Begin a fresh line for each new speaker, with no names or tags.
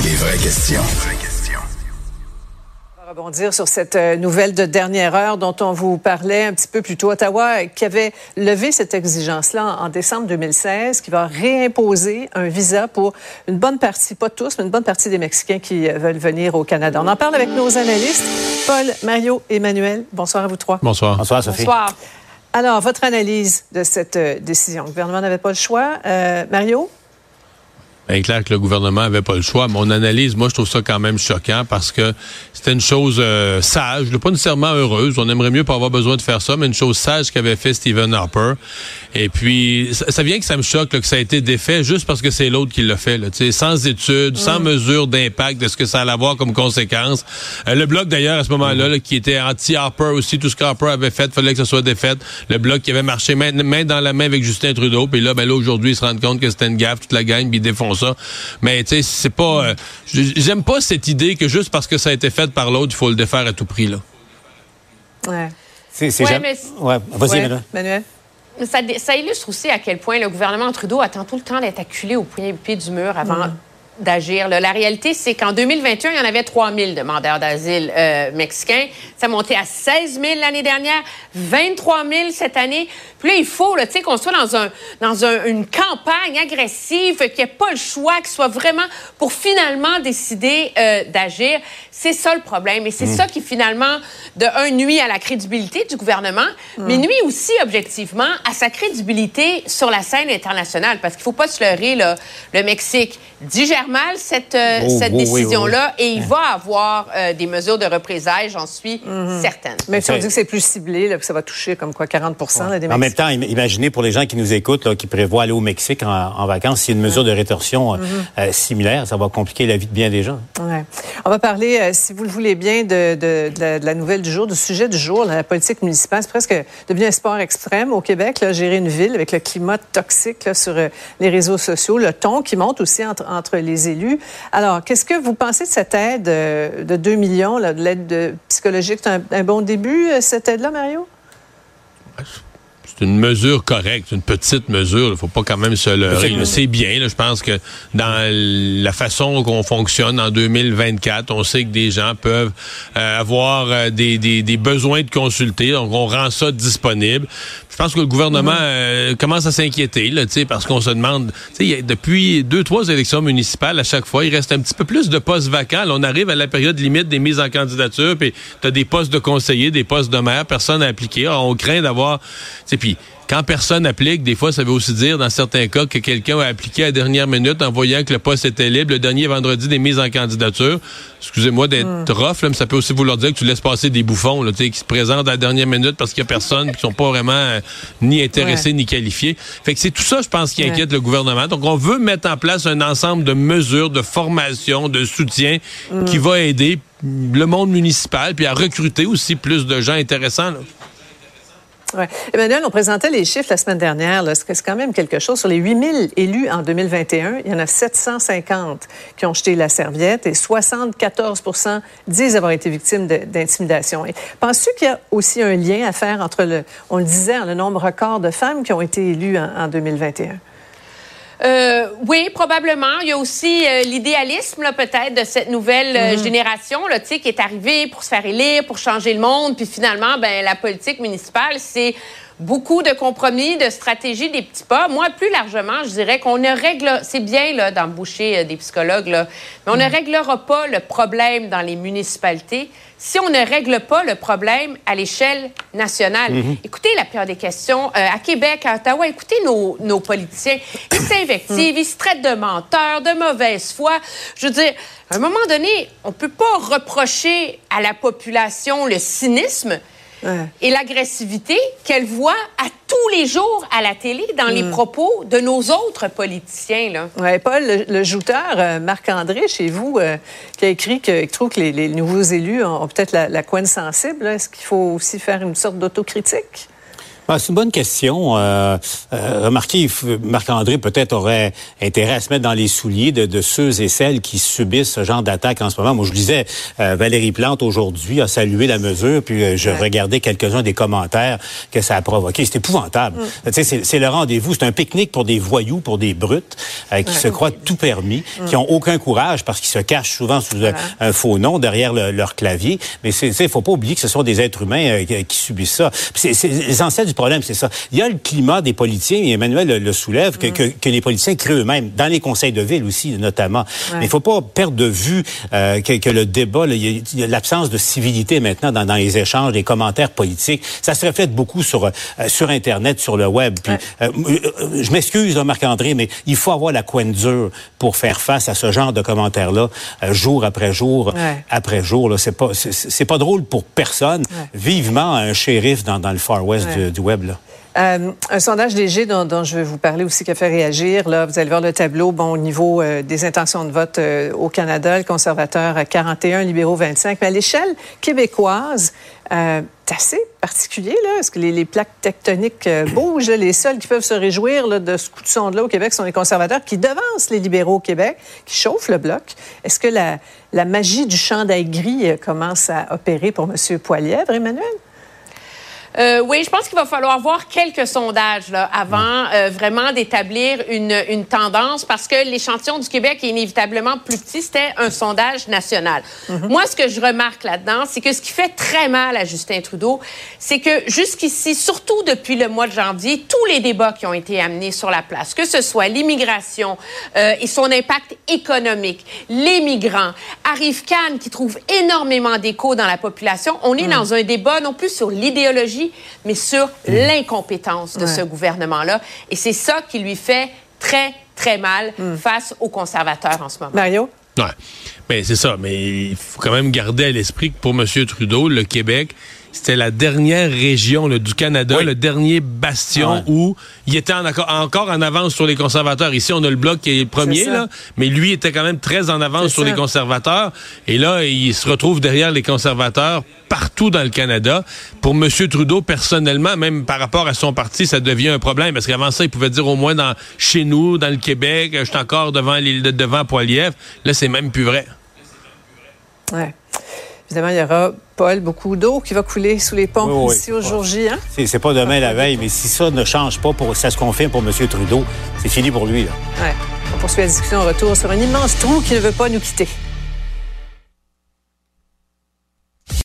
Les vraies questions.
On va rebondir sur cette nouvelle de dernière heure dont on vous parlait un petit peu plus tôt. Ottawa qui avait levé cette exigence-là en décembre 2016, qui va réimposer un visa pour une bonne partie, pas tous, mais une bonne partie des Mexicains qui veulent venir au Canada. On en parle avec nos analystes, Paul, Mario, Emmanuel. Bonsoir à vous trois.
Bonsoir.
Bonsoir, Sophie.
Bonsoir. Alors, votre analyse de cette décision. Le gouvernement n'avait pas le choix. Mario?
Bien clair que le gouvernement avait pas le choix. Mon analyse, moi, je trouve ça quand même choquant parce que c'était une chose sage, pas nécessairement heureuse. On aimerait mieux pas avoir besoin de faire ça, mais une chose sage qu'avait fait Stephen Harper. Et puis, ça vient que ça me choque là, que ça a été défait juste parce que c'est l'autre qui l'a fait. Là, sans études, sans mesure d'impact de ce que ça allait avoir comme conséquence. Le Bloc, d'ailleurs, à ce moment-là, là, qui était anti-Harper aussi, tout ce qu'Harper avait fait, fallait que ça soit défait. Le Bloc qui avait marché main dans la main avec Justin Trudeau. Puis là, aujourd'hui, ils se rendent compte que c'était une gaffe, toute la gang, puis ils défont ça. Mais tu sais, c'est pas... j'aime pas cette idée que juste parce que ça a été fait par l'autre, il faut le défaire à tout prix, là.
Ouais.
Vas-y,
Manuel.
Ça illustre aussi à quel point le gouvernement Trudeau attend tout le temps d'être acculé au pied du mur avant d'agir. La réalité, c'est qu'en 2021, il y en avait 3 000 demandeurs d'asile mexicains. Ça montait à 16 000 l'année dernière, 23 000 cette année. Puis là, il faut qu'on soit dans une campagne agressive, qu'il n'y ait pas le choix, qu'il soit vraiment pour finalement décider d'agir. C'est ça le problème. Et c'est ça qui, finalement, nuit à la crédibilité du gouvernement, mais nuit aussi, objectivement, à sa crédibilité sur la scène internationale. Parce qu'il ne faut pas se leurrer, là, le Mexique digère mal cette décision-là et il va avoir des mesures de représailles, j'en suis certaine.
Mais si on dit que c'est plus ciblé, là, que ça va toucher comme quoi 40 là, des Mexicains.
En même temps, imaginez pour les gens qui nous écoutent, là, qui prévoient aller au Mexique en vacances, s'il y a une mesure de rétorsion similaire, ça va compliquer la vie de bien des gens.
Ouais. On va parler, si vous le voulez bien, de la nouvelle du jour, du sujet du jour, la politique municipale. C'est presque devenu un sport extrême au Québec, là, gérer une ville avec le climat toxique là, sur les réseaux sociaux, le ton qui monte aussi entre les élus. Alors, qu'est-ce que vous pensez de cette aide de 2 millions, là, de l'aide psychologique? C'est un bon début, cette aide-là, Mario?
C'est une mesure correcte, une petite mesure. Il faut pas quand même se leurrer. C'est bien. Là, je pense que dans la façon qu'on fonctionne en 2024, on sait que des gens peuvent avoir des besoins de consulter. Donc, on rend ça disponible. Je pense que le gouvernement commence à s'inquiéter, là, parce qu'on se demande, depuis 2-3 élections municipales, à chaque fois, il reste un petit peu plus de postes vacants. Là, on arrive à la période limite des mises en candidature, puis tu as des postes de conseillers, des postes de maire, personne n'a appliqué. Alors, on craint d'avoir... Puis quand personne applique, des fois, ça veut aussi dire, dans certains cas, que quelqu'un a appliqué à la dernière minute en voyant que le poste était libre le dernier vendredi des mises en candidature. Excusez-moi d'être rough, là, mais ça peut aussi vouloir dire que tu laisses passer des bouffons là, qui se présentent à la dernière minute parce qu'il y a personne qui sont pas vraiment ni intéressés ni qualifiés. Fait que c'est tout ça, je pense, qui inquiète le gouvernement. Donc, on veut mettre en place un ensemble de mesures, de formation, de soutien qui va aider le monde municipal puis à recruter aussi plus de gens intéressants, là.
Ouais. Emmanuel, on présentait les chiffres la semaine dernière. Là. C'est quand même quelque chose. Sur les 8 000 élus en 2021, il y en a 750 qui ont jeté la serviette et 74 disent avoir été victimes d'intimidation. Penses-tu qu'il y a aussi un lien à faire entre on le disait, le nombre record de femmes qui ont été élues en 2021?
Oui, probablement. Il y a aussi l'idéalisme, là, peut-être, de cette nouvelle génération, là, qui est arrivée pour se faire élire, pour changer le monde. Puis finalement, la politique municipale, c'est beaucoup de compromis, de stratégies, des petits pas. Moi, plus largement, je dirais qu'on ne règle... C'est bien là, d'embaucher des psychologues, là, mais on ne réglera pas le problème dans les municipalités si on ne règle pas le problème à l'échelle nationale. Écoutez la plupart des questions à Québec, à Ottawa. Écoutez nos politiciens. Ils s'invectivent, ils se traitent de menteurs, de mauvaise foi. Je veux dire, à un moment donné, on ne peut pas reprocher à la population le cynisme et l'agressivité qu'elle voit à tous les jours à la télé dans les propos de nos autres politiciens. Là.
Oui, Paul, le jouteur Marc-André, chez vous, qui a écrit qu'il trouve que les nouveaux élus ont peut-être la couenne sensible. Là. Est-ce qu'il faut aussi faire une sorte d'autocritique?
C'est une bonne question. Remarquez, Marc-André peut-être aurait intérêt à se mettre dans les souliers de ceux et celles qui subissent ce genre d'attaque en ce moment. Moi, je lisais Valérie Plante aujourd'hui a salué la mesure, puis je regardais quelques-uns des commentaires que ça a provoqué. C'est épouvantable. Tu sais, c'est le rendez-vous. C'est un pique-nique pour des voyous, pour des brutes qui se croient tout permis, qui ont aucun courage parce qu'ils se cachent souvent sous un faux nom derrière leur clavier. Mais il faut pas oublier que ce sont des êtres humains qui subissent ça. C'est l'essentiel du problème, c'est ça. Il y a le climat des politiciens, et Emmanuel le soulève, que les politiciens créent eux-mêmes, dans les conseils de ville aussi, notamment. Mais il faut pas perdre de vue que le débat, il y a l'absence de civilité maintenant dans les échanges, les commentaires politiques. Ça se reflète beaucoup sur Internet, sur le web. Puis, je m'excuse, Marc-André, mais il faut avoir la couenne dure pour faire face à ce genre de commentaires-là, jour après jour, après jour. Là. C'est pas drôle pour personne. Vivement un shérif dans le Far West du web. Là.
Un sondage léger dont je vais vous parler aussi qui a fait réagir. Là, vous allez voir le tableau au niveau des intentions de vote au Canada. Le conservateur à 41, libéraux 25. Mais à l'échelle québécoise, c'est assez particulier. Là. Est-ce que les plaques tectoniques bougent? Les seuls qui peuvent se réjouir là, de ce coup de sonde-là au Québec sont les conservateurs qui devancent les libéraux au Québec, qui chauffent le bloc. Est-ce que la magie du chandail gris commence à opérer pour M. Poilievre, Emmanuel?
Oui, je pense qu'il va falloir voir quelques sondages là, avant vraiment d'établir une tendance parce que l'échantillon du Québec est inévitablement plus petit. C'était un sondage national. Moi, ce que je remarque là-dedans, c'est que ce qui fait très mal à Justin Trudeau, c'est que jusqu'ici, surtout depuis le mois de janvier, tous les débats qui ont été amenés sur la place, que ce soit l'immigration et son impact économique, les migrants, Arrive Khan qui trouve énormément d'écho dans la population, on est dans un débat non plus sur l'idéologie, mais sur l'incompétence de ce gouvernement-là. Et c'est ça qui lui fait très, très mal face aux conservateurs en ce moment.
Mario?
Oui, mais c'est ça. Mais il faut quand même garder à l'esprit que pour M. Trudeau, le Québec, c'était la dernière région du Canada, le dernier bastion où il était encore en avance sur les conservateurs. Ici, on a le Bloc qui est le premier, là, mais lui était quand même très en avance sur les conservateurs. Et là, il se retrouve derrière les conservateurs partout dans le Canada. Pour M. Trudeau, personnellement, même par rapport à son parti, ça devient un problème. Parce qu'avant ça, il pouvait dire au moins chez nous, dans le Québec, je suis encore devant Poilievre. Là, c'est même plus vrai.
Ouais. Évidemment, il y aura, Paul, beaucoup d'eau qui va couler sous les ponts ici au jour J. Hein?
C'est pas demain la veille, mais si ça ne change pas, ça se confirme pour M. Trudeau, c'est fini pour lui. Là.
Ouais. On poursuit la discussion en retour sur un immense trou qui ne veut pas nous quitter.